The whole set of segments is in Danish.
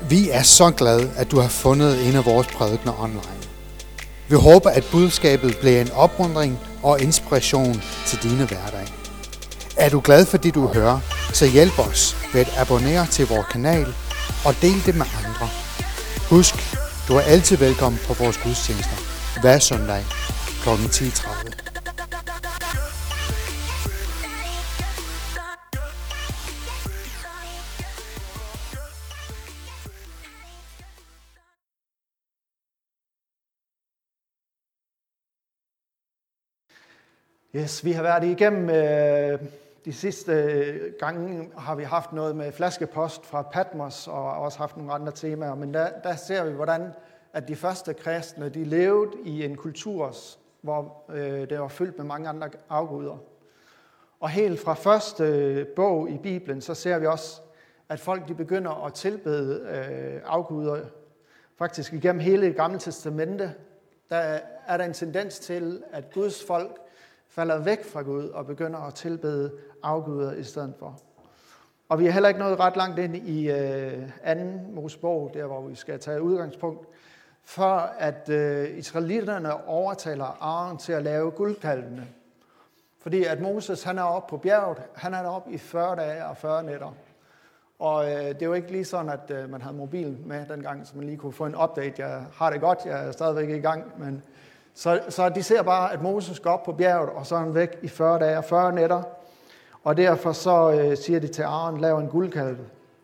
Vi er så glade, at du har fundet en af vores prædikener online. Vi håber, at budskabet bliver en opmuntring og inspiration til dine hverdage. Er du glad for det, du hører, så hjælp os ved at abonnere til vores kanal og del det med andre. Husk, du er altid velkommen på vores gudstjenester hver søndag kl. 10:30. Yes, vi har været igennem de sidste gange, har vi haft noget med flaskepost fra Patmos og også haft nogle andre temaer, men der ser vi, hvordan at de første kristne, de levede i en kultur, hvor det var fyldt med mange andre afguder. Og helt fra første bog i Bibelen, så ser vi også, at folk de begynder at tilbede afguder. Faktisk igennem hele det gamle testamente, der er der en tendens til, at Guds folk falder væk fra Gud og begynder at tilbede afguder i stedet for. Og vi er heller ikke nået ret langt ind i 2. Mosebog, der hvor vi skal tage udgangspunkt, før at israelitterne overtaler Aaron til at lave guldkalvene. Fordi at Moses, han er oppe på bjerget, han er deroppe i 40 dage og 40 nætter. Og det er jo ikke lige sådan, at man havde mobil med dengang, så man lige kunne få en update. Jeg har det godt, jeg er stadigvæk i gang, men så de ser bare, at Moses går op på bjerget, og så er han væk i 40 dage og 40 nætter. Og derfor så siger de til Aaron, lav en guldkalve.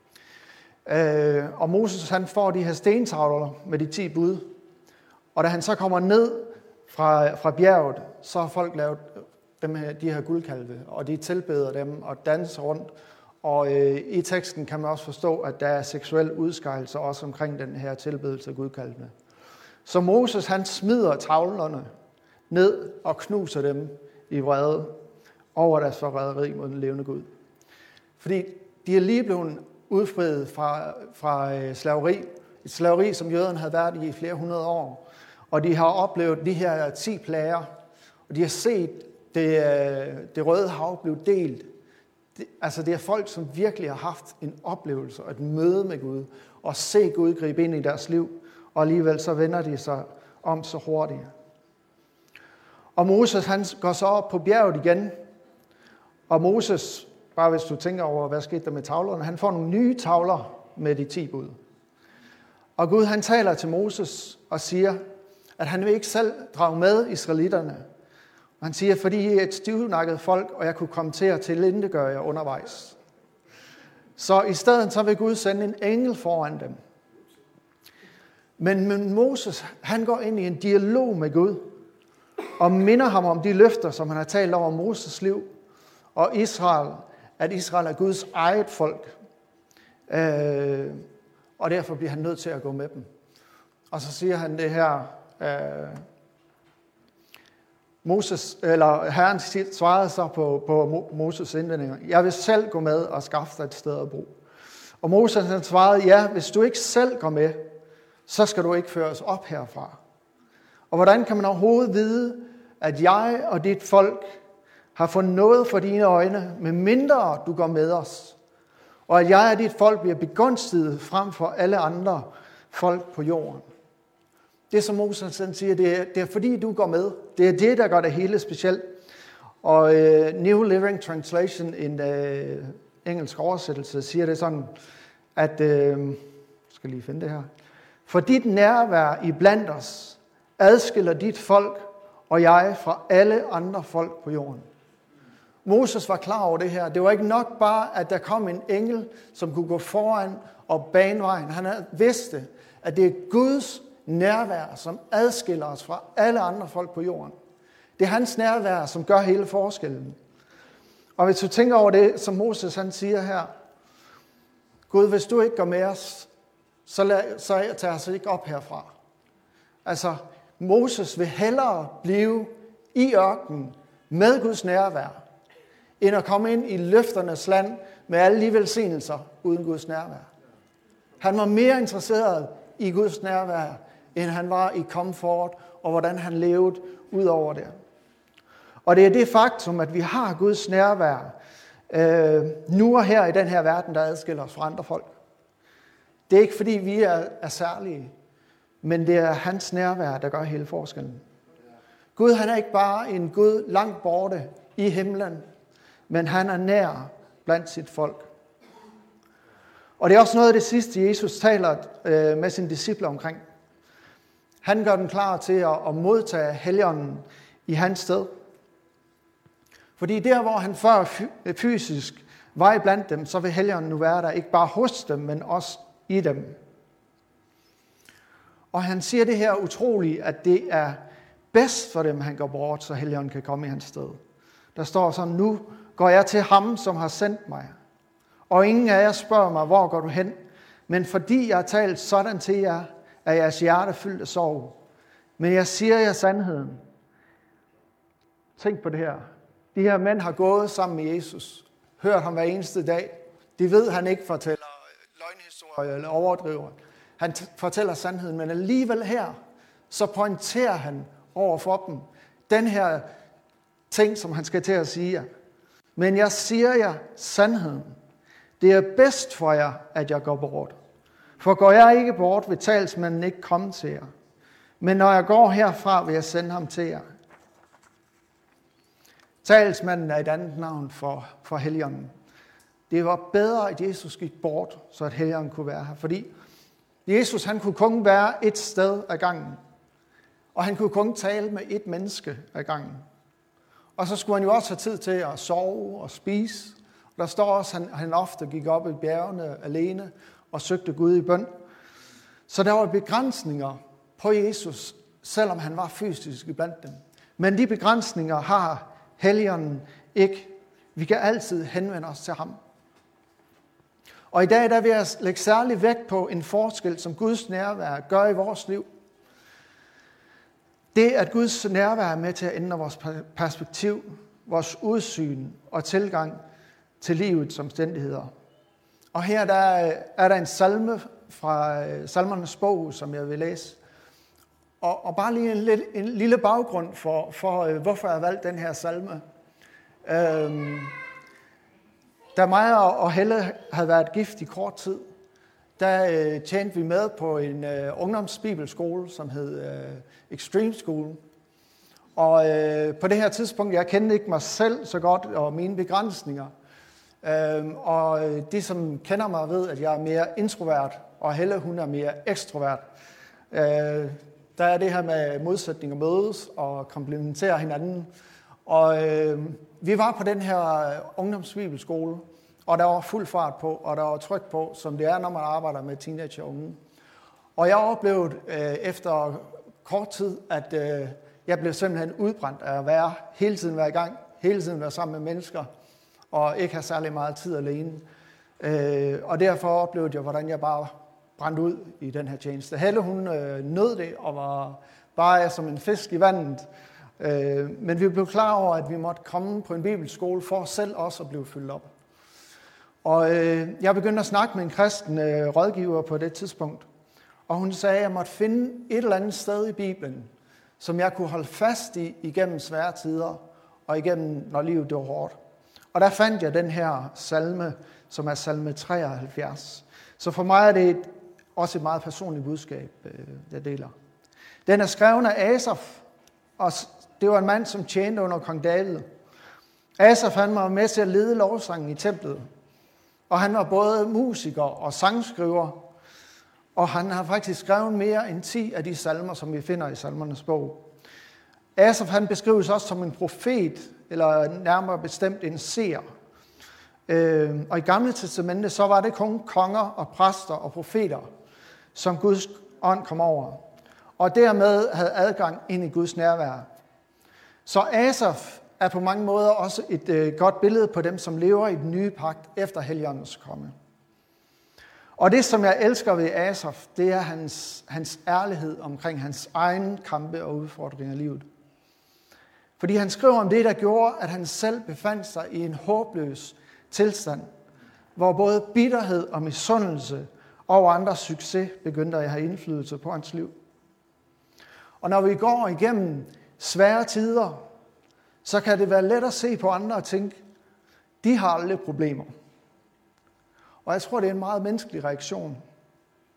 Og Moses han får de her stentavler med de 10 bud. Og da han så kommer ned fra bjerget, så har folk lavet de her guldkalve, og de tilbeder dem og danser rundt. Og i teksten kan man også forstå, at der er seksuel udskejelse også omkring den her tilbedelse af guldkalvene. Så Moses han smider tavlerne ned og knuser dem i vrede over deres forræderi mod den levende Gud. Fordi de er lige blevet udfriet fra slaveri. Et slaveri, som jøderne havde været i flere hundrede år. Og de har oplevet de her 10 plager. Og de har set det røde hav blive delt. Det er folk, som virkelig har haft en oplevelse og et møde med Gud. Og se Gud gribe ind i deres liv. Og alligevel så vender de sig om så hurtigt. Og Moses han går så op på bjerget igen. Og Moses, bare hvis du tænker over, hvad skete der med tavlerne, han får nogle nye tavler med de 10 bud. Og Gud han taler til Moses og siger, at han vil ikke selv drage med israelitterne. Og han siger, fordi I er et stivnakket folk, og jeg kunne komme til at tilintetgøre jer undervejs. Så i stedet så vil Gud sende en engel foran dem. Men Moses, han går ind i en dialog med Gud, og minder ham om de løfter, som han har talt over Moses liv, og Israel, at Israel er Guds eget folk. Og derfor bliver han nødt til at gå med dem. Og så siger han det her, Herren svarede så på Moses indvendinger, jeg vil selv gå med og skaffe dig et sted at bo. Og Moses han svarede, ja, hvis du ikke selv går med, så skal du ikke føres op herfra. Og hvordan kan man overhovedet vide, at jeg og dit folk har fundet noget for dine øjne, med mindre du går med os, og at jeg og dit folk bliver begunstiget frem for alle andre folk på jorden. Det som Moses siger, det er fordi du går med. Det er det, der gør det hele specielt. Og New Living Translation, en engelsk oversættelse, siger det sådan, at, skal lige finde det her, for dit nærvær i blandt os adskiller dit folk og jeg fra alle andre folk på jorden. Moses var klar over det her. Det var ikke nok bare, at der kom en engel, som kunne gå foran og bane vejen. Han vidste, at det er Guds nærvær, som adskiller os fra alle andre folk på jorden. Det er hans nærvær, som gør hele forskellen. Og hvis du tænker over det, som Moses han siger her, Gud, hvis du ikke går med os, så tager os ikke op herfra. Altså, Moses vil hellere blive i ørkenen med Guds nærvær, end at komme ind i løfternes land med alle de velsignelser uden Guds nærvær. Han var mere interesseret i Guds nærvær, end han var i komfort, og hvordan han levede ud over det. Og det er det faktum, at vi har Guds nærvær nu og her i den her verden, der adskiller os fra andre folk. Det er ikke fordi vi er særlige, men det er hans nærvær, der gør hele forskellen. Gud, han er ikke bare en Gud langt borte i himlen, men han er nær blandt sit folk. Og det er også noget af det sidste, Jesus taler med sine disciple omkring. Han gør dem klar til at modtage Helligånden i hans sted. Fordi der, hvor han før fysisk var i blandt dem, så vil Helligånden nu være der, ikke bare hos dem, men også i dem. Og han siger det her utroligt, at det er bedst for dem, han går bort, så Helligånden kan komme i hans sted. Der står sådan, nu går jeg til ham, som har sendt mig. Og ingen af jer spørger mig, hvor går du hen? Men fordi jeg har talt sådan til jer, er jeres hjerte fyldt af sorg. Men jeg siger jer sandheden. Tænk på det her. De her mænd har gået sammen med Jesus. Hørt ham hver eneste dag. De ved, at han ikke fortæller løgnhistorier eller overdriver. Han fortæller sandheden, men alligevel her, så pointerer han over for dem den her ting, som han skal til at sige jer. Men jeg siger jer sandheden. Det er bedst for jer, at jeg går bort. For går jeg ikke bort, vil talsmanden ikke komme til jer. Men når jeg går herfra, vil jeg sende ham til jer. Talsmanden er et andet navn for Helligånden. Det var bedre, at Jesus gik bort, så at Helligånden kunne være her. Fordi Jesus, han kunne kun være et sted ad gangen. Og han kunne kun tale med et menneske ad gangen. Og så skulle han jo også have tid til at sove og spise. Og der står også, at han ofte gik op i bjergene alene og søgte Gud i bøn. Så der var begrænsninger på Jesus, selvom han var fysisk iblandt dem. Men de begrænsninger har Helligånden ikke. Vi kan altid henvende os til ham. Og i dag der vil jeg lægge særlig vægt på en forskel, som Guds nærvær gør i vores liv. Det, at Guds nærvær er med til at ændre vores perspektiv, vores udsyn og tilgang til livets omstændigheder. Og her er der en salme fra Salmernes bog, som jeg vil læse. Og bare lige en lille baggrund for hvorfor jeg har valgt den her salme. Da mig og Helle havde været gift i kort tid, der tjente vi med på en ungdomsbibelskole, som hed Extreme School. Og på det her tidspunkt, jeg kendte ikke mig selv så godt og mine begrænsninger. Og de, som kender mig, ved, at jeg er mere introvert, og Helle, hun er mere ekstrovert. Der er det her med modsætninger mødes og komplementere hinanden. Og vi var på den her ungdomsbibelskole, og der var fuld fart på, og der var tryk på, som det er, når man arbejder med teenager og unge. Og jeg oplevede efter kort tid, at jeg blev simpelthen udbrændt af at hele tiden være i gang, hele tiden være sammen med mennesker, og ikke have særlig meget tid alene. Og derfor oplevede jeg, hvordan jeg bare brændte ud i den her tjeneste. Helle, hun nød det, og var bare som en fisk i vandet. Men vi blev klar over, at vi måtte komme på en bibelskole for selv også at blive fyldt op. Og jeg begyndte at snakke med en kristen rådgiver på det tidspunkt. Og hun sagde, at jeg måtte finde et eller andet sted i Bibelen, som jeg kunne holde fast i igennem svære tider, og igennem, når livet var hårdt. Og der fandt jeg den her salme, som er salme 73. Så for mig er det også et meget personligt budskab, jeg deler. Den er skrevet af Asaf, og det var en mand, som tjente under kong David. Asaf, han var med til at lede lovsangen i templet. Og han var både musiker og sangskriver. Og han har faktisk skrevet mere end 10 af de salmer, som vi finder i Salmernes bog. Asaf, han beskrives også som en profet, eller nærmere bestemt en seer. Og i Gamle Testamentet, så var det kun konger og præster og profeter, som Guds ånd kom over. Og dermed havde adgang ind i Guds nærvær. Så Asaf er på mange måder også et godt billede på dem, som lever i den nye pagt efter Helligåndens komme. Og det, som jeg elsker ved Asaf, det er hans ærlighed omkring hans egen kampe og udfordringer i livet. Fordi han skriver om det, der gjorde, at han selv befandt sig i en håbløs tilstand, hvor både bitterhed og misundelse over andres succes begyndte at have indflydelse på hans liv. Og når vi går igennem svære tider, så kan det være let at se på andre og tænke, de har aldrig problemer. Og jeg tror, det er en meget menneskelig reaktion.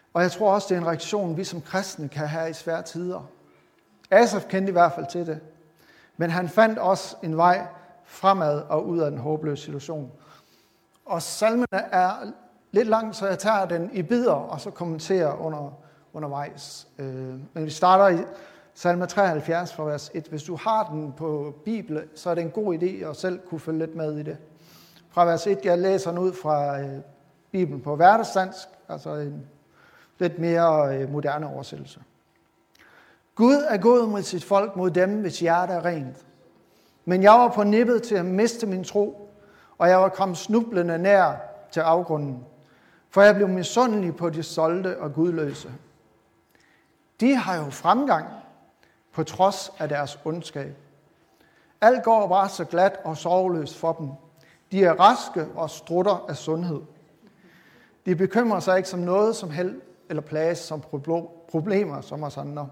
Og jeg tror også, det er en reaktion, vi som kristne kan have i svære tider. Asaf kendte i hvert fald til det. Men han fandt også en vej fremad og ud af den håbløse situation. Og salmene er lidt lang, så jeg tager den i bidder og så kommenterer undervejs. Men vi starter i salme 73 fra vers 1. Hvis du har den på Bibelen, så er det en god idé at selv kunne følge lidt med i det. Fra vers 1, jeg læser den ud fra Bibelen på hverdagsdansk, altså en lidt mere moderne oversættelse. Gud er gået mod sit folk, mod dem, hvis hjerte er rent. Men jeg var på nippet til at miste min tro, og jeg var kommet snublende nær til afgrunden. For jeg blev misundelig på de stolte og gudløse. De har jo fremgang på trods af deres ondskab. Alt går bare så glat og sorgløst for dem. De er raske og strutter af sundhed. De bekymrer sig ikke som noget som held eller plages som problemer som os andre.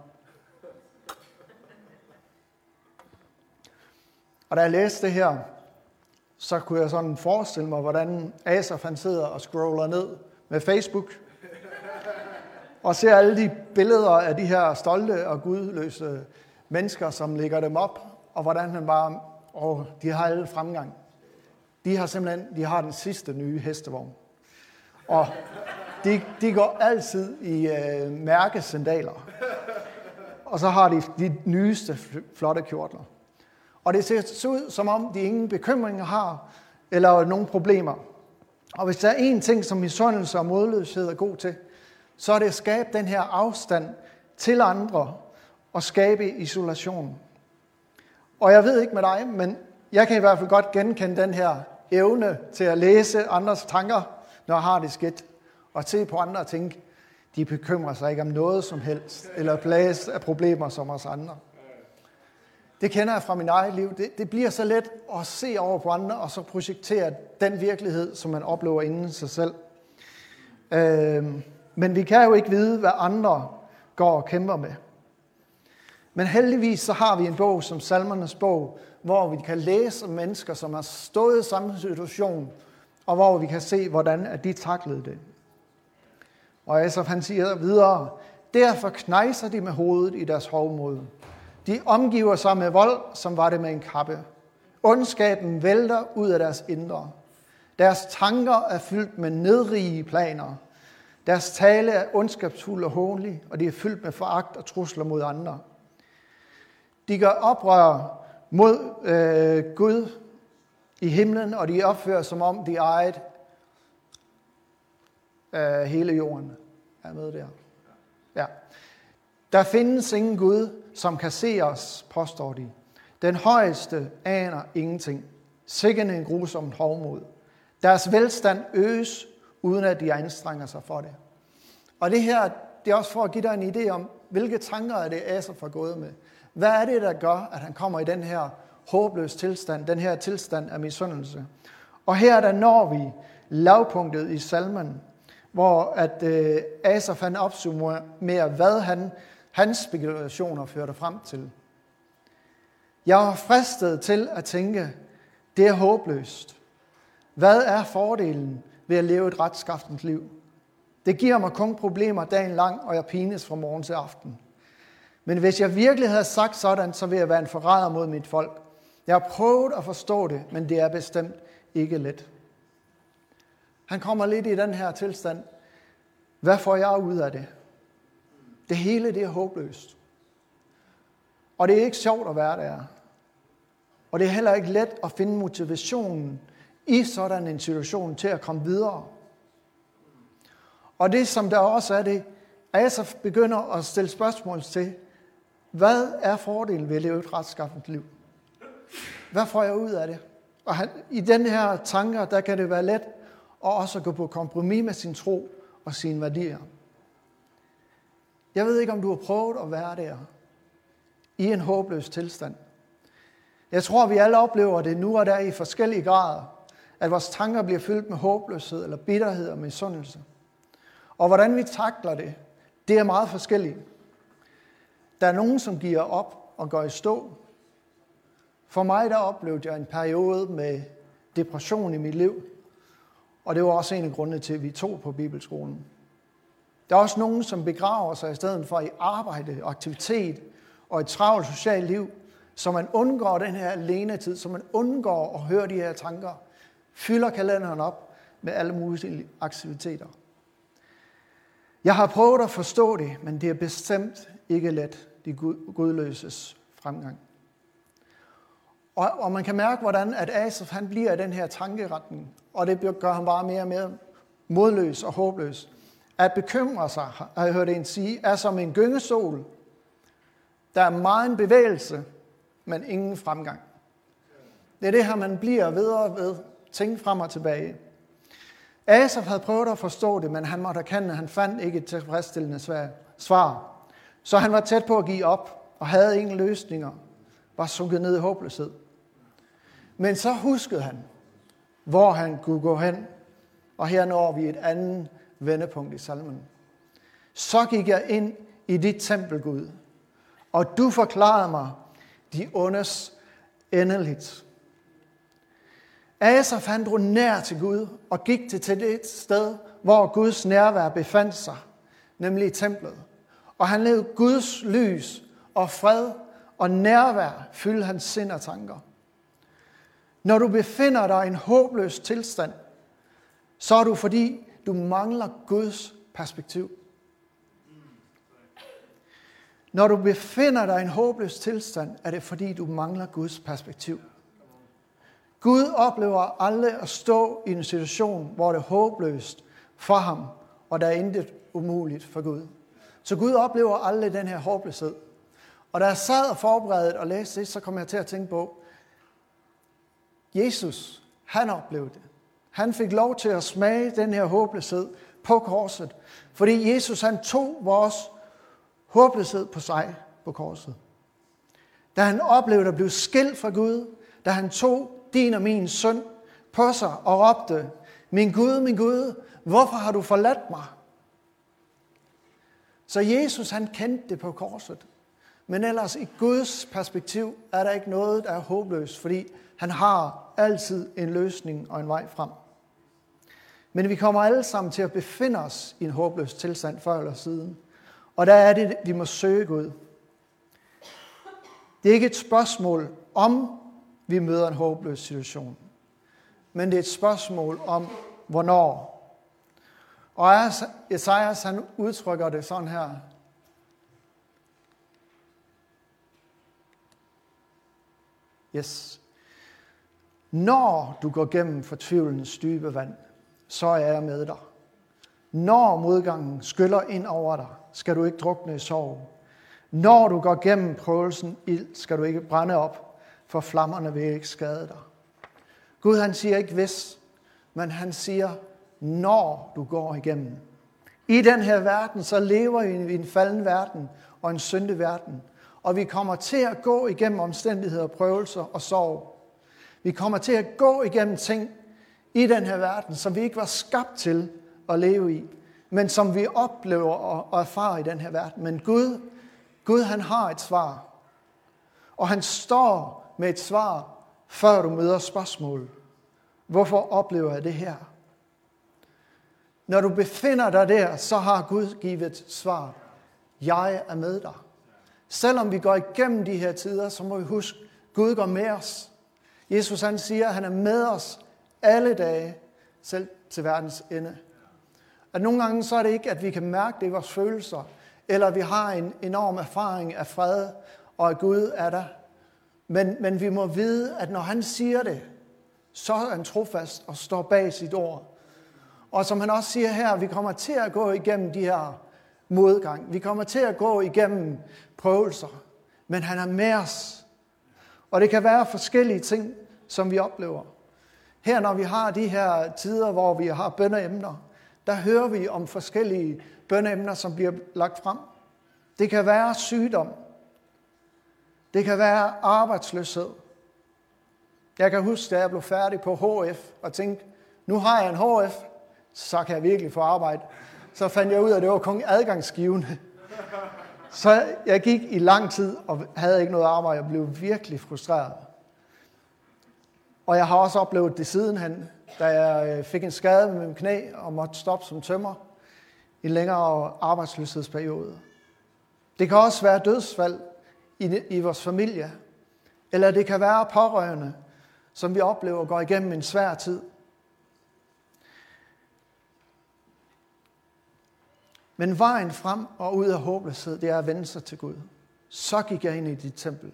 Og da jeg læste det her, så kunne jeg sådan forestille mig, hvordan Asaf han sidder og scroller ned med Facebook og ser alle de billeder af de her stolte og gudløse mennesker, som lægger dem op, og hvordan han bare, de har alle fremgang. De har den sidste nye hestevogn. Og de går altid i mærkesandaler. Og så har de nyeste flotte kjortler. Og det ser ud, som om de ingen bekymringer har, eller nogen problemer. Og hvis der er én ting, som misundelse og modløshed er god til, så er det at skabe den her afstand til andre og skabe isolation. Og jeg ved ikke med dig, men jeg kan i hvert fald godt genkende den her evne til at læse andres tanker, når jeg har det skidt, og se på andre og tænke, de bekymrer sig ikke om noget som helst, eller plages af problemer som os andre. Det kender jeg fra min eget liv. Det bliver så let at se over på andre, og så projektere den virkelighed, som man oplever inden sig selv. Men vi kan jo ikke vide, hvad andre går og kæmper med. Men heldigvis så har vi en bog som Salmernes bog, hvor vi kan læse om mennesker, som har stået i samme situation, og hvor vi kan se, hvordan de taklede det. Og Asaf han siger videre, derfor knejser de med hovedet i deres hovmod. De omgiver sig med vold, som var det med en kappe. Ondskaben vælter ud af deres indre. Deres tanker er fyldt med nedrige planer. Deres tale er ondskabsfuld og hånlig, og de er fyldt med foragt og trusler mod andre. De gør oprør mod Gud i himlen, og de opfører som om de ejet hele jorden. Er med der? Ja. Der findes ingen Gud, som kan se os, påstår de. Den højeste aner ingenting. Sikken en grusom hovmod. Deres velstand øges, uden at de anstrenger sig for det. Og det her, det er også for at give dig en idé om, hvilke tanker er det, Asaf har gået med. Hvad er det, der gør, at han kommer i den her håbløse tilstand, den her tilstand af misundelse? Og her der når vi lavpunktet i salmen, hvor at Asaf han opsummerer, hvad hans spekulationer førte frem til. Jeg var fristet til at tænke, det er håbløst. Hvad er fordelen ved at leve et retskaffent liv? Det giver mig kun problemer dagen lang, og jeg pines fra morgen til aften. Men hvis jeg virkelig havde sagt sådan, så ville jeg være en forræder mod mit folk. Jeg har prøvet at forstå det, men det er bestemt ikke let. Han kommer lidt i den her tilstand. Hvad får jeg ud af det? Det hele, det er håbløst. Og det er ikke sjovt at være der. Og det er heller ikke let at finde motivationen i sådan en situation til at komme videre. Og det, som der også er det, Asaf begynder at stille spørgsmål til, hvad er fordelen ved at leve et retskaffent liv? Hvad får jeg ud af det? Og i den her tanker, der kan det være let at også gå på kompromis med sin tro og sine værdier. Jeg ved ikke, om du har prøvet at være der i en håbløs tilstand. Jeg tror, vi alle oplever det nu og der i forskellige grader, at vores tanker bliver fyldt med håbløshed eller bitterhed og misundelse. Og hvordan vi takler det, det er meget forskelligt. Der er nogen, som giver op og går i stå. For mig, der oplevede jeg en periode med depression i mit liv. Og det var også en af grundene til, at vi tog på bibelskolen. Der er også nogen, som begraver sig i stedet for i arbejde, aktivitet og et travlt socialt liv, så man undgår den her alenetid, så man undgår at høre de her tanker, fylder kalenderen op med alle mulige aktiviteter. Jeg har prøvet at forstå det, men det er bestemt ikke let, de gudløses fremgang. Og man kan mærke, hvordan at Asaf han bliver i den her tankeretning, og det gør ham bare mere og mere modløs og håbløs. At bekymre sig, har jeg hørt en sige, er som en gyngesol. Der er meget bevægelse, men ingen fremgang. Det er det her, man bliver ved, tænke frem og tilbage. Asaf havde prøvet at forstå det, men han måtte erkende, at han fandt ikke et tilfredsstillende svar. Så han var tæt på at give op, og havde ingen løsninger, var sunket ned i håbløshed. Men så huskede han, hvor han kunne gå hen, og her når vi et andet vendepunkt i salmen. Så gik jeg ind i dit tempel, Gud, og du forklarede mig de ondes endeligt. Asaf han drog nær til Gud og gik til det sted, hvor Guds nærvær befandt sig, nemlig i templet. Og han levede Guds lys og fred og nærvær fylde hans sind og tanker. Når du befinder dig i en håbløs tilstand, så er du fordi du mangler Guds perspektiv. Når du befinder dig i en håbløs tilstand, er det fordi du mangler Guds perspektiv. Gud oplever aldrig at stå i en situation, hvor det er håbløst for ham, og der er intet umuligt for Gud. Så Gud oplever aldrig den her håbløshed. Og da jeg sad og forberedte og læste det, så kom jeg til at tænke på, Jesus, han oplevede det. Han fik lov til at smage den her håbløshed på korset, fordi Jesus han tog vores håbløshed på sig på korset. Da han oplevede at blive skilt fra Gud, da han tog din og min synd på sig og råbte, min Gud, hvorfor har du forladt mig? Så Jesus han kendte det på korset. Men ellers i Guds perspektiv er der ikke noget, der er håbløst, fordi han har altid en løsning og en vej frem. Men vi kommer alle sammen til at befinde os i en håbløs tilstand før eller siden. Og der er det, vi må søge Gud. Det er ikke et spørgsmål om vi møder en håbløs situation, men det er et spørgsmål om hvornår. Og Esajas han udtrykker det sådan her. Yes. Når du går gennem fortvivlens dybe vand, så er jeg med dig. Når modgangen skyller ind over dig, skal du ikke drukne i sorg. Når du går gennem prøvelsen ild, skal du ikke brænde op, for flammerne vil ikke skade dig. Gud han siger ikke hvis, men han siger, når du går igennem. I den her verden, så lever vi i en falden verden og en syndig verden. Og vi kommer til at gå igennem omstændigheder, prøvelser og sorg. Vi kommer til at gå igennem ting i den her verden, som vi ikke var skabt til at leve i, men som vi oplever og erfarer i den her verden. Men Gud han har et svar. Og han står med et svar, før du møder spørgsmål. Hvorfor oplever jeg det her? Når du befinder dig der, så har Gud givet et svar. Jeg er med dig. Selvom vi går igennem de her tider, så må vi huske, Gud går med os. Jesus han siger, at han er med os alle dage, selv til verdens ende. At nogle gange så er det ikke, at vi kan mærke det i vores følelser, eller vi har en enorm erfaring af fred, og at Gud er der. Men vi må vide, at når han siger det, så er han trofast og står bag sit ord. Og som han også siger her, vi kommer til at gå igennem de her modgang. Vi kommer til at gå igennem prøvelser, men han er med os. Og det kan være forskellige ting, som vi oplever. Her når vi har de her tider, hvor vi har bønneemner, der hører vi om forskellige bønneemner, som bliver lagt frem. Det kan være sygdom. Det kan være arbejdsløshed. Jeg kan huske, da jeg blev færdig på HF og tænkte, nu har jeg en HF, så kan jeg virkelig få arbejde. Så fandt jeg ud af, at det var kun adgangsgivende. Så jeg gik i lang tid og havde ikke noget arbejde og blev virkelig frustreret. Og jeg har også oplevet det sidenhen, da jeg fik en skade med min knæ og måtte stoppe som tømrer en længere arbejdsløshedsperiode. Det kan også være dødsfald i vores familie, eller det kan være pårørende, som vi oplever går igennem en svær tid. Men vejen frem og ud af håbløshed, det er at vende sig til Gud. Så gik jeg ind i dit tempel.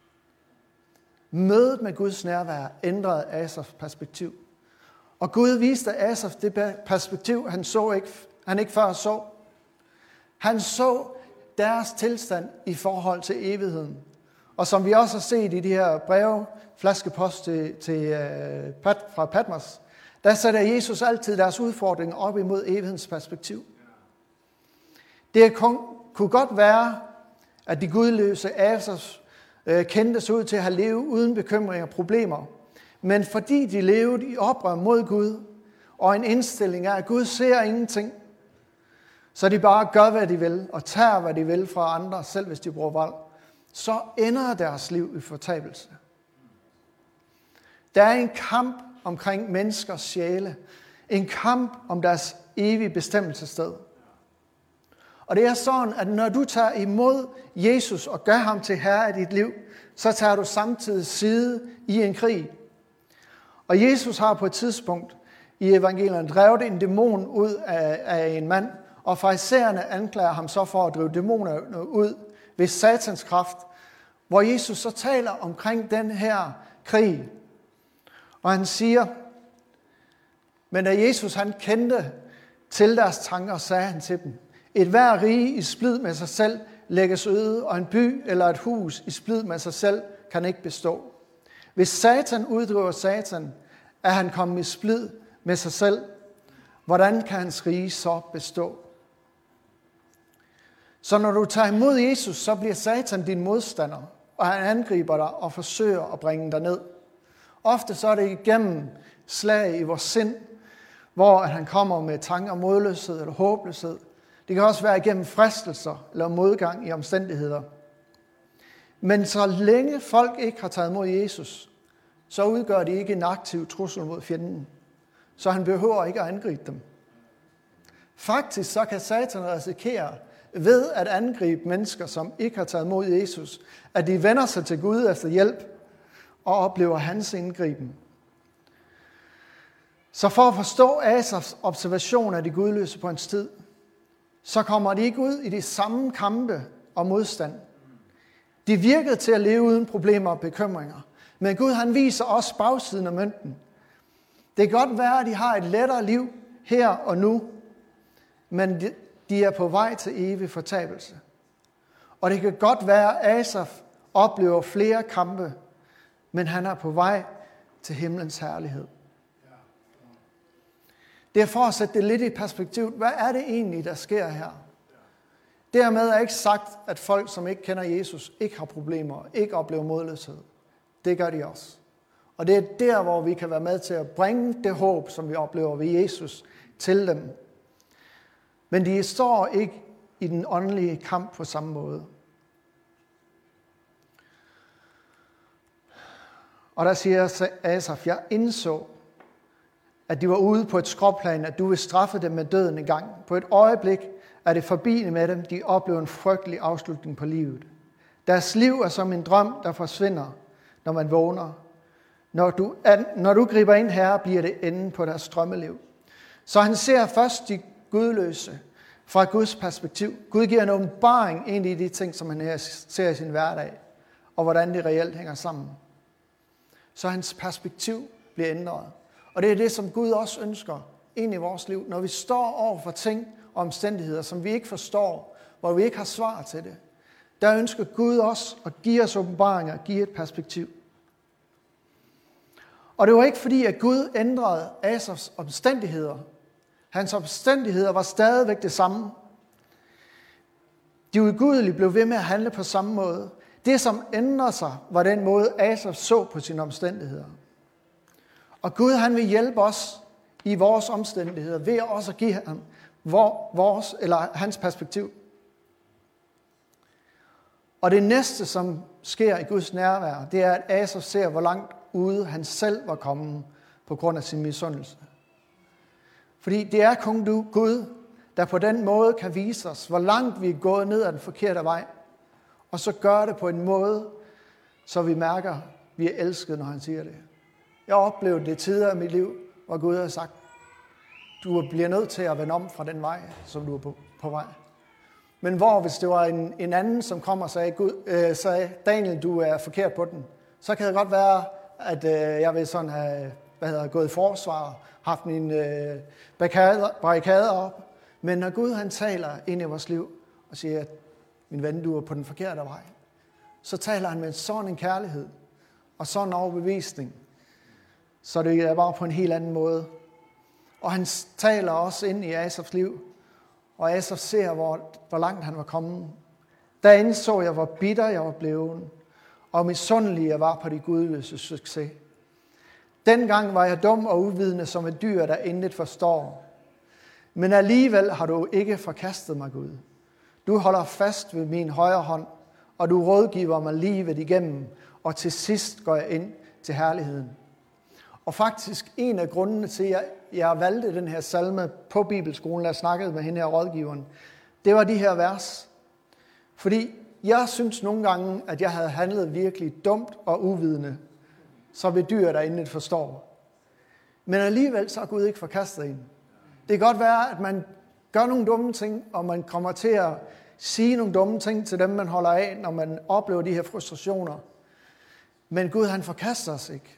Mødet med Guds nærvær ændrede Asafs perspektiv. Og Gud viste Asaf det perspektiv, han ikke før så. Han så deres tilstand i forhold til evigheden. Og som vi også har set i de her breve, flaskepost fra Patmos, der sætter Jesus altid deres udfordringer op imod evighedens perspektiv. Det kunne godt være, at de gudløse Asaf kendtes ud til at have levet uden bekymringer og problemer. Men fordi de levede i oprør mod Gud, og en indstilling af, at Gud ser ingenting, så de bare gør, hvad de vil, og tager, hvad de vil fra andre, selv hvis de bruger vold, så ender deres liv i fortabelse. Der er en kamp omkring menneskers sjæle. En kamp om deres evige bestemmelsessted. Og det er sådan, at når du tager imod Jesus og gør ham til herre i dit liv, så tager du samtidig side i en krig. Og Jesus har på et tidspunkt i evangelierne drevet en dæmon ud af en mand, og farisæerne anklager ham så for at drive dæmoner ud ved satans kraft, hvor Jesus så taler omkring den her krig. Og han siger, men da Jesus han kendte til deres tanker, sagde han til dem, et hver rige i splid med sig selv lægges øde, og en by eller et hus i splid med sig selv kan ikke bestå. Hvis Satan uddriver Satan, er han kommet i splid med sig selv. Hvordan kan hans rige så bestå? Så når du tager imod Jesus, så bliver Satan din modstander, og han angriber dig og forsøger at bringe dig ned. Ofte så er det igennem slag i vores sind, hvor han kommer med tanker om modløshed eller håbløshed. Det kan også være igennem fristelser eller modgang i omstændigheder. Men så længe folk ikke har taget imod Jesus, så udgør de ikke en aktiv trussel mod fjenden. Så han behøver ikke at angribe dem. Faktisk så kan Satan risikere ved at angribe mennesker, som ikke har taget imod Jesus, at de vender sig til Gud efter hjælp og oplever hans indgriben. Så for at forstå Asafs observation af de gudløse på hans tid, så kommer de ikke ud i de samme kampe og modstand. De virkede til at leve uden problemer og bekymringer. Men Gud han viser også bagsiden af mønten. Det kan godt være, at de har et lettere liv her og nu, men de er på vej til evig fortabelse. Og det kan godt være, at Asaf oplever flere kampe, men han er på vej til himlens herlighed. Det er for at sætte det lidt i perspektiv. Hvad er det egentlig, der sker her? Dermed er ikke sagt, at folk, som ikke kender Jesus, ikke har problemer, ikke oplever modløshed. Det gør de også. Og det er der, hvor vi kan være med til at bringe det håb, som vi oplever ved Jesus, til dem. Men de står ikke i den åndelige kamp på samme måde. Og der siger Asaf, jeg indså, at de var ude på et skråplan, at du vil straffe dem med døden en gang. På et øjeblik er det forbi med dem, de oplever en frygtelig afslutning på livet. Deres liv er som en drøm, der forsvinder, når man vågner. Når du griber ind her, bliver det enden på deres drømmeliv. Så han ser først de gudløse fra Guds perspektiv. Gud giver en åbenbaring ind i de ting, som han ser i sin hverdag, og hvordan det reelt hænger sammen. Så hans perspektiv bliver ændret. Og det er det, som Gud også ønsker ind i vores liv. Når vi står over for ting og omstændigheder, som vi ikke forstår, hvor vi ikke har svar til det, der ønsker Gud også at give os åbenbaringer, give et perspektiv. Og det var ikke fordi, at Gud ændrede Asafs omstændigheder. Hans omstændigheder var stadigvæk det samme. De ugudelige blev ved med at handle på samme måde. Det, som ændrede sig, var den måde, Asaf så på sine omstændigheder. Og Gud, han vil hjælpe os i vores omstændigheder, ved også at give ham hans perspektiv. Og det næste, som sker i Guds nærvær, det er, at Asaf ser, hvor langt ude han selv var kommet på grund af sin misundelse. Fordi det er kun Gud, der på den måde kan vise os, hvor langt vi er gået ned ad den forkerte vej, og så gør det på en måde, så vi mærker, at vi er elsket, når han siger det. Jeg har oplevet det tider i mit liv, hvor Gud har sagt, du bliver nødt til at vende om fra den vej, som du er på vej. Men hvor hvis det var en anden, som kom og sagde, Daniel, du er forkert på den, så kan det godt være, at jeg vil sådan have gået i forsvar, haft mine barrikader op. Men når Gud han taler ind i vores liv og siger, at min ven, du er på den forkerte vej, så taler han med sådan en kærlighed og sådan en overbevisning, så det er bare på en helt anden måde. Og han taler også ind i Asafs liv, og Asaf ser, hvor langt han var kommet. Der indså jeg, hvor bitter jeg var blevet, og misundelig jeg var på de gudløse succes. Dengang var jeg dum og uvidende som et dyr, der intet forstår. Men alligevel har du ikke forkastet mig, Gud. Du holder fast ved min højre hånd, og du rådgiver mig livet igennem, og til sidst går jeg ind til herligheden. Og faktisk en af grundene til, at jeg valgte den her salme på Bibelskolen, jeg snakkede med hende her rådgiveren, det var de her vers. Fordi jeg synes nogle gange, at jeg havde handlet virkelig dumt og uvidende, som et dyr, der intet forstår. Men alligevel så har Gud ikke forkastet en. Det kan godt være, at man gør nogle dumme ting, og man kommer til at sige nogle dumme ting til dem, man holder af, når man oplever de her frustrationer. Men Gud, han forkaster os ikke.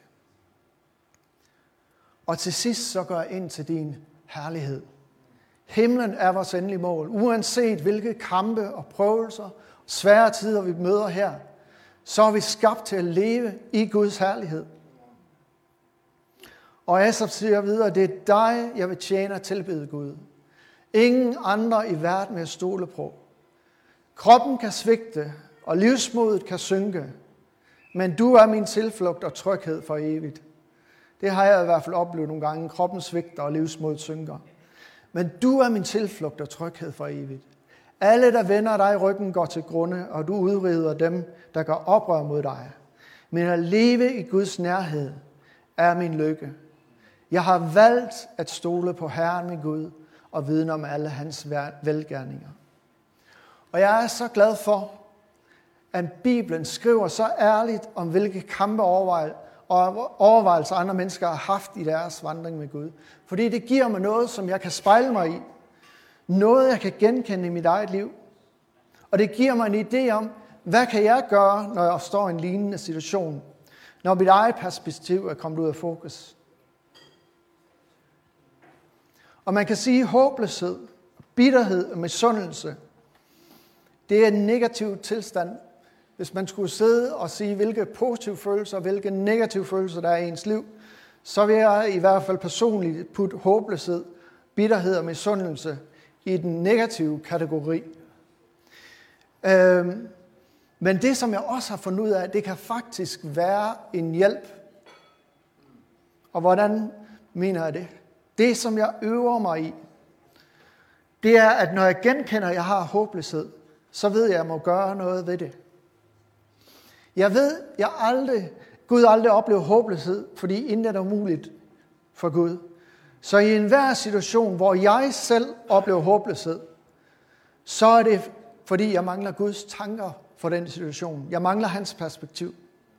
Og til sidst så går jeg ind til din herlighed. Himlen er vores endelige mål. Uanset hvilke kampe og prøvelser, svære tider vi møder her, så er vi skabt til at leve i Guds herlighed. Og Asaf siger videre, det er dig, jeg vil tjene og tilbede Gud. Ingen andre i verden vil jeg stole på. Kroppen kan svigte, og livsmodet kan synke. Men du er min tilflugt og tryghed for evigt. Det har jeg i hvert fald oplevet nogle gange. Kroppen svigter, og livsmodet synker. Men du er min tilflugt og tryghed for evigt. Alle, der vender dig i ryggen, går til grunde, og du udrydder dem, der gør oprør mod dig. Men at leve i Guds nærhed er min lykke. Jeg har valgt at stole på Herren min Gud og vidne om alle hans velgerninger. Og jeg er så glad for, at Bibelen skriver så ærligt om, hvilke kampe og overvejelser andre mennesker har haft i deres vandring med Gud. Fordi det giver mig noget, som jeg kan spejle mig i. Noget, jeg kan genkende i mit eget liv. Og det giver mig en idé om, hvad kan jeg gøre, når jeg står i en lignende situation, når mit eget perspektiv er kommet ud af fokus. Og man kan sige, håbløshed, bitterhed og misundelse, det er en negativ tilstand. Hvis man skulle sidde og sige, hvilke positive følelser og hvilke negative følelser der er i ens liv, så vil jeg i hvert fald personligt putte håbløshed, bitterhed og misundelse i den negative kategori. Men det, som jeg også har fundet ud af, det kan faktisk være en hjælp. Og hvordan mener jeg det? Det, som jeg øver mig i, det er, at når jeg genkender, at jeg har håbløshed, så ved jeg, at jeg må gøre noget ved det. Jeg ved, Gud aldrig oplever håbløshed, fordi intet er umuligt for Gud. Så i enhver situation, hvor jeg selv oplever håbløshed, så er det, fordi jeg mangler Guds tanker for den situation. Jeg mangler hans perspektiv.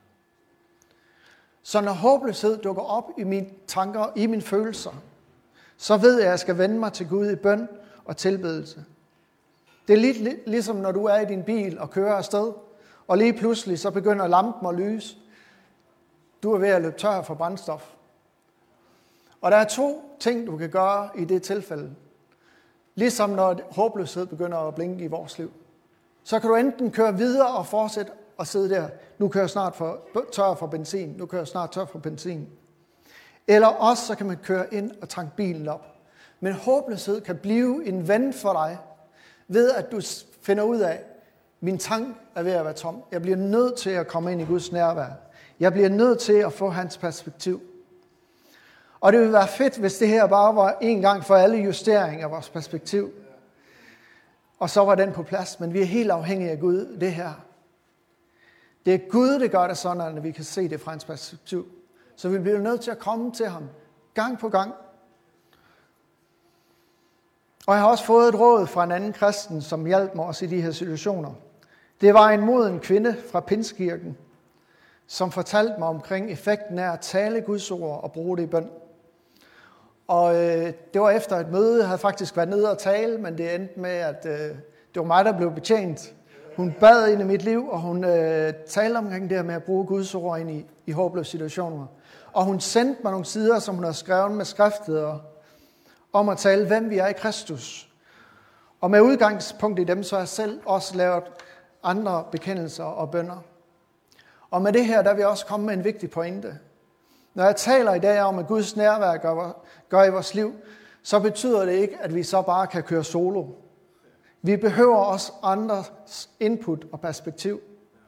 Så når håbløshed dukker op i mine tanker og i mine følelser, så ved jeg, at jeg skal vende mig til Gud i bøn og tilbedelse. Det er lidt ligesom, når du er i din bil og kører afsted, og lige pludselig så begynder lampen at lyse. Du er ved at løbe tør for brændstof. Og der er 2 ting, du kan gøre i det tilfælde. Ligesom når håbløshed begynder at blinke i vores liv. Så kan du enten køre videre og fortsætte at sidde der. Nu kører jeg snart tør for benzin. Nu kører jeg snart tør for benzin. Eller også så kan man køre ind og tanke bilen op. Men håbløshed kan blive en ven for dig, ved at du finder ud af, min tank er ved at være tom. Jeg bliver nødt til at komme ind i Guds nærvær. Jeg bliver nødt til at få hans perspektiv. Og det ville være fedt, hvis det her bare var en gang for alle justering af vores perspektiv. Og så var den på plads. Men vi er helt afhængige af Gud, det her. Det er Gud, der gør det sådan, at vi kan se det fra hans perspektiv. Så vi bliver nødt til at komme til ham gang på gang. Og jeg har også fået et råd fra en anden kristen, som hjalp mig også i de her situationer. Det var en moden kvinde fra Pinsekirken, som fortalte mig omkring effekten af at tale Guds ord og bruge det i bøn. Og det var efter et møde. Jeg havde faktisk været nede og tale, men det endte med, at det var mig, der blev betjent. Hun bad ind i mit liv, og hun talte omkring det her med at bruge Guds ord ind i håbløse situationer. Og hun sendte mig nogle sider, som hun har skrevet med skriftheder, om at tale, hvem vi er i Kristus. Og med udgangspunkt i dem, så har jeg selv også lavet andre bekendelser og bønner. Og med det her, der vil jeg også komme med en vigtig pointe. Når jeg taler i dag om, at Guds nærvær gør i vores liv, så betyder det ikke, at vi så bare kan køre solo. Vi behøver også andres input og perspektiv.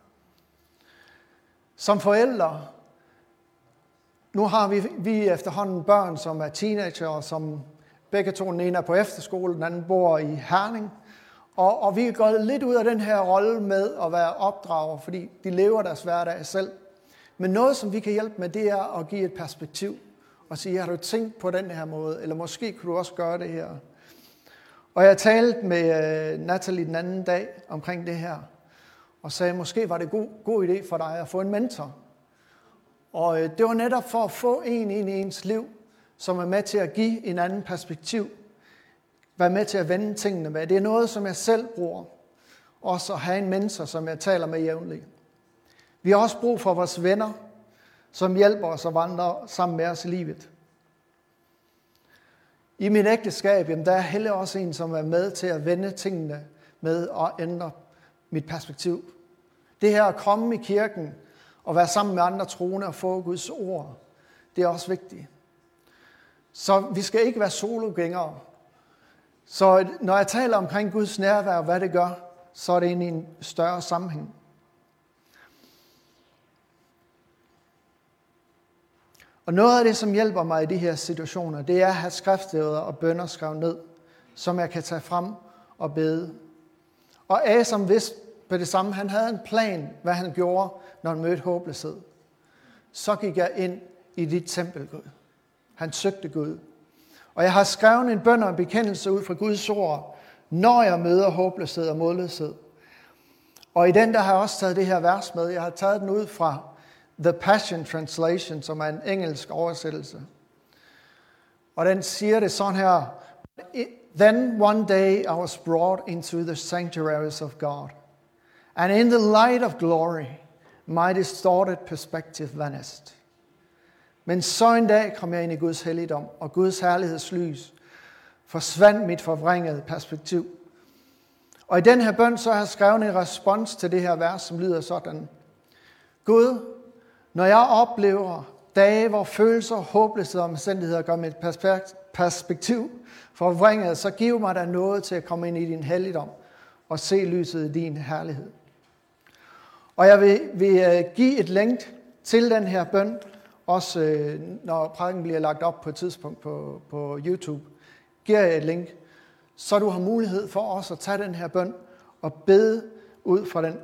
Som forældre, nu har vi efterhånden børn, som er teenager, som begge to, den ene er på efterskole, den anden bor i Herning. Og vi er gået lidt ud af den her rolle med at være opdrager, fordi de lever deres hverdag selv. Men noget, som vi kan hjælpe med, det er at give et perspektiv og sige, har du tænkt på den her måde, eller måske kunne du også gøre det her. Og jeg talte med Natalie den anden dag omkring det her, og sagde, måske var det god idé for dig at få en mentor. Og det var netop for at få en ind i ens liv, som er med til at give en anden perspektiv. Være med til at vende tingene med. Det er noget, som jeg selv bruger. Også at have en mentor, som jeg taler med jævnligt. Vi har også brug for vores venner, som hjælper os at vandre sammen med os i livet. I mit ægteskab, der er Helle også en, som er med til at vende tingene med og ændre mit perspektiv. Det her at komme i kirken og være sammen med andre troende og få Guds ord, det er også vigtigt. Så vi skal ikke være sologængere. Så når jeg taler omkring Guds nærvær og hvad det gør, så er det egentlig en større sammenhæng. Og noget af det, som hjælper mig i de her situationer, det er at have skriftsteder og bønner skrevet ned, som jeg kan tage frem og bede. Og Asam vidste på det samme. Han havde en plan, hvad han gjorde, når han mødte håbløshed. Så gik jeg ind i dit tempel, Gud. Han søgte Gud. Og jeg har skrevet en bøn og en bekendelse ud fra Guds ord, når jeg møder håbløshed og modløshed. Og i den der har jeg også taget det her vers med. Jeg har taget den ud fra The Passion Translation, som er en engelsk oversættelse. Og den siger det sådan her. Then one day I was brought into the sanctuaries of God. And in the light of glory, my distorted perspective vanished. Men så en dag kom jeg ind i Guds helligdom, og Guds herlighedslys forsvandt mit forvrængede perspektiv. Og i den her bøn, så har jeg skrevet en respons til det her vers, som lyder sådan. Gud, når jeg oplever dage, hvor følelser, håbløshed og omstændigheder gør mit perspektiv forvrænget, så giv mig da noget til at komme ind i din helligdom og se lyset i din herlighed. Og jeg vil give et link til den her bøn, også når prædiken bliver lagt op på et tidspunkt på YouTube, giver jeg et link, så du har mulighed for også at tage den her bøn og bede ud fra den.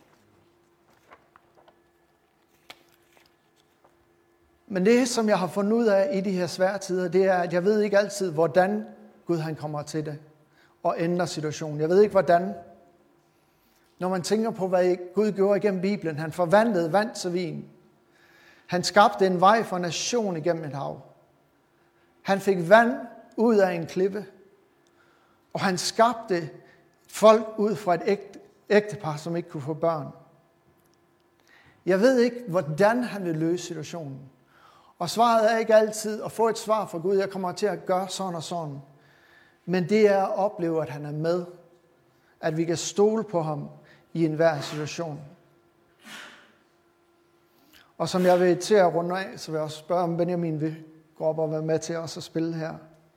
Men det, som jeg har fundet ud af i de her svære tider, det er, at jeg ved ikke altid, hvordan Gud han kommer til det og ændrer situationen. Jeg ved ikke, hvordan. Når man tænker på, hvad Gud gjorde igennem Bibelen, han forvandlede vand til vin. Han skabte en vej for nation igennem et hav. Han fik vand ud af en klippe. Og han skabte folk ud fra et ægtepar, som ikke kunne få børn. Jeg ved ikke, hvordan han vil løse situationen. Og svaret er ikke altid at få et svar fra Gud, jeg kommer til at gøre sådan og sådan. Men det er at opleve, at han er med. At vi kan stole på ham i enhver situation. Og som jeg vil til at runde af, så vil jeg også spørge, om Benjamin vil gå op og være med til os at spille her.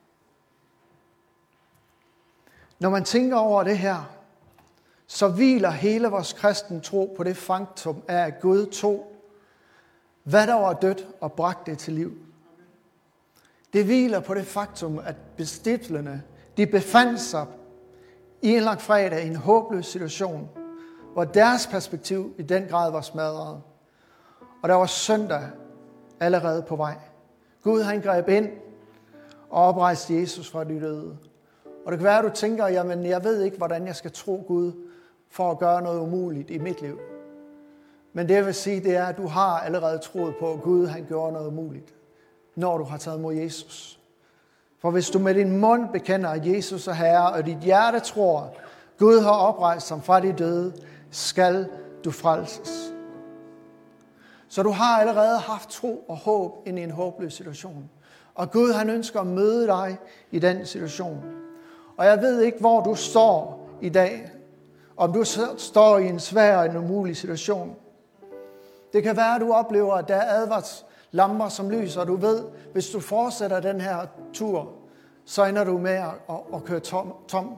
Når man tænker over det her, så hviler hele vores kristen tro på det faktum af, at Gud tog, hvad der var dødt, og bragte det til liv. Det hviler på det faktum, at bestitlerne, de befandt sig i en langfredag i en håbløs situation, hvor deres perspektiv i den grad var smadret. Og der var søndag allerede på vej. Gud han greb ind og oprejste Jesus fra de døde. Og det kan være, at du tænker, jamen jeg ved ikke, hvordan jeg skal tro Gud for at gøre noget umuligt i mit liv. Men det jeg vil sige, det er, at du har allerede troet på, at Gud han gjorde noget umuligt, når du har taget mod Jesus. For hvis du med din mund bekender, at Jesus er Herre, og dit hjerte tror, at Gud har oprejst ham fra de døde, skal du frelses. Så du har allerede haft tro og håb ind i en håbløs situation. Og Gud han ønsker at møde dig i den situation. Og jeg ved ikke, hvor du står i dag. Om du står i en svær og en umulig situation. Det kan være, at du oplever, at der er advarslamper, som lyser, og du ved, hvis du fortsætter den her tur, så ender du med at køre tom.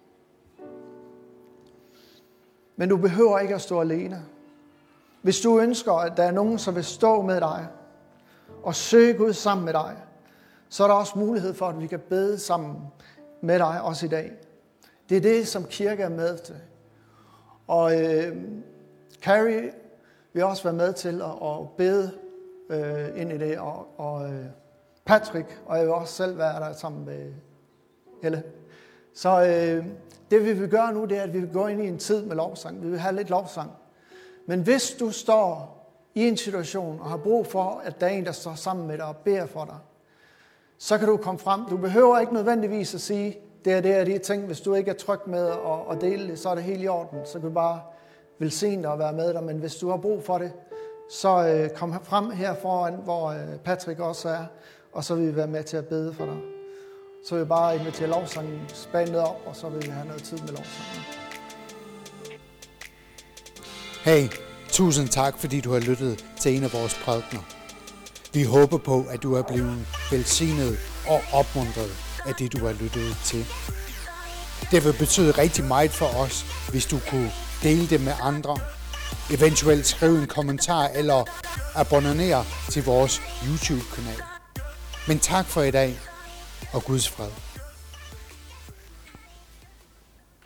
Men du behøver ikke at stå alene. Hvis du ønsker, at der er nogen, som vil stå med dig og søge Gud sammen med dig, så er der også mulighed for, at vi kan bede sammen med dig også i dag. Det er det, som kirke er med til. Og Carrie vil også være med til at bede ind i det, og Patrick, og jeg vil også selv være der sammen med Helle. Så det vi vil gøre nu, det er, at vi vil gå ind i en tid med lovsang. Vi vil have lidt lovsang. Men hvis du står i en situation og har brug for, at der er en, der står sammen med dig og beder for dig, så kan du komme frem. Du behøver ikke nødvendigvis at sige, det er de ting, hvis du ikke er tryg med at dele det, så er det helt i orden. Så kan du bare velsigne dig og være med dig. Men hvis du har brug for det, så kom frem her foran, hvor Patrick også er, og så vil vi være med til at bede for dig. Så vil vi bare invitere lovsangen spandet op, og så vil vi have noget tid med lovsangen. Hey, tusind tak, fordi du har lyttet til en af vores prædikener. Vi håber på, at du er blevet velsignet og opmuntret af det, du har lyttet til. Det vil betyde rigtig meget for os, hvis du kunne dele det med andre. Eventuelt skrive en kommentar eller abonnere til vores YouTube-kanal. Men tak for i dag, og Guds fred.